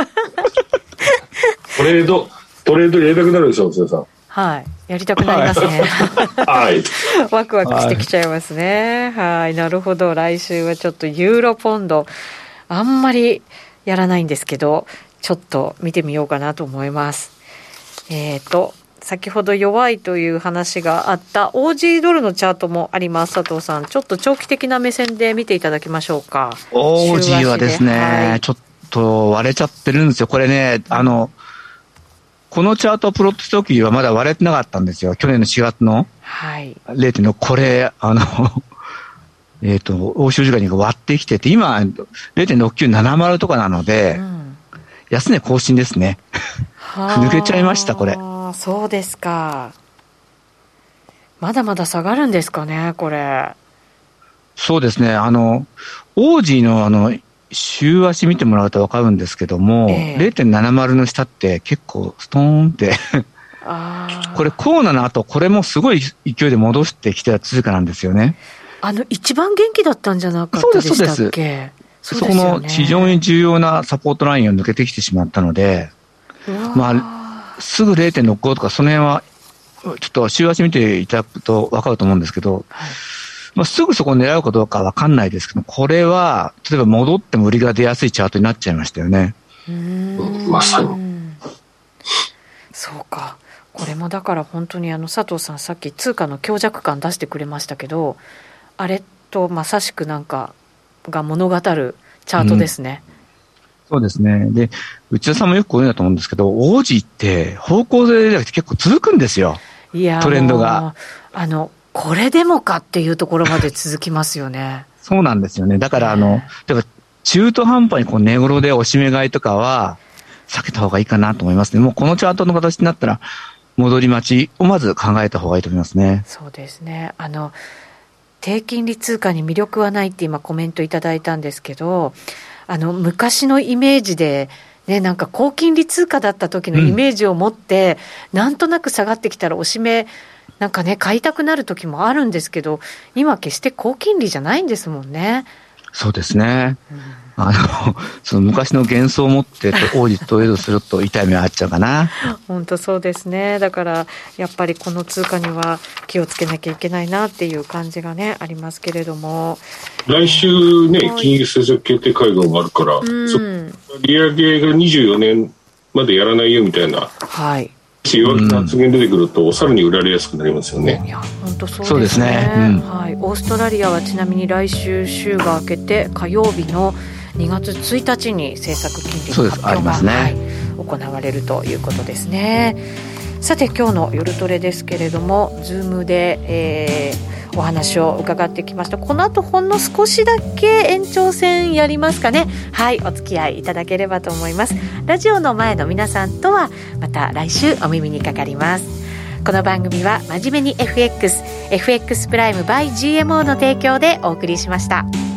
トレードやりたくなるでしょ内田さん。 はい、やりたくなりますね。はい。ワクワクしてきちゃいますね。はい、なるほど。来週はちょっとユーロポンドあんまりやらないんですけど、ちょっと見てみようかなと思います。先ほど弱いという話があった OG ドルのチャートもあります。佐藤さん、ちょっと長期的な目線で見ていただきましょうか。 OG はですね、はい、ちょっと割れちゃってるんですよ。これね、このチャートをプロットした時はまだ割れてなかったんですよ。去年の4月の 0.6、これ欧州時間に割ってきてて、今 0.6970 とかなので、安値更新ですね。抜けちゃいましたこれ。 そうですか。まだまだ下がるんですかねこれ。 そうですね。オージーの週足見てもらうと分かるんですけども、0.70 の下って結構ストーンってこれコーナーの後これもすごい勢いで戻してきてた通貨なんですよね。 一番元気だったんじゃなかったでしたっけ？ そこの非常に重要なサポートラインを抜けてきてしまったので、すぐ 0.65 とかその辺はちょっと週足見ていただくと分かると思うんですけど、すぐそこを狙うかどうか分かんないですけど、これは例えば戻っても売りが出やすいチャートになっちゃいましたよね。 まさにそうか。これもだから本当に佐藤さんさっき通貨の強弱感出してくれましたけど、あれとまさしくなんかが物語るチャートですね。 そうですね。で、内田さんもよくこういうのだと思うんですけど、オージーって方向性じゃなくて結構続くんですよ。 いや、 トレンドが。 これでもかっていうところまで続きますよね。 そうなんですよね。だから例えば中途半端に値頃でおしめ買いとかは避けた方がいいかなと思いますね。もうこのチャートの形になったら戻り待ちをまず考えた方がいいと思いますね。 そうですね。低金利通貨に魅力はないって今コメントいただいたんですけど、昔のイメージでね、なんか高金利通貨だった時のイメージを持って、なんとなく下がってきたらおしめなんかね買いたくなる時もあるんですけど、今決して高金利じゃないんですもんね。 そうですね。その昔の幻想を持ってオーディトレードすると痛い目があっちゃうかな。 本当そうですね。だからやっぱりこの通貨には気をつけなきゃいけないなっていう感じがねありますけれども、 来週ね金融政策決定会合があるから、利上げが24年までやらないよみたいな、 はい、 弱気な発言出てくると、さらに売られやすくなりますよね。 いや本当そうですね。はい、オーストラリアはちなみに来週週が明けて火曜日の2月1日に政策金利の発表が、行われるということですね。さて今日の夜トレですけれども、ズームで、お話を伺ってきました。この後ほんの少しだけ延長戦やりますかね。はい、お付き合いいただければと思います。ラジオの前の皆さんとはまた来週お耳にかかります。この番組は真面目にFX プライム by GMO の提供でお送りしました。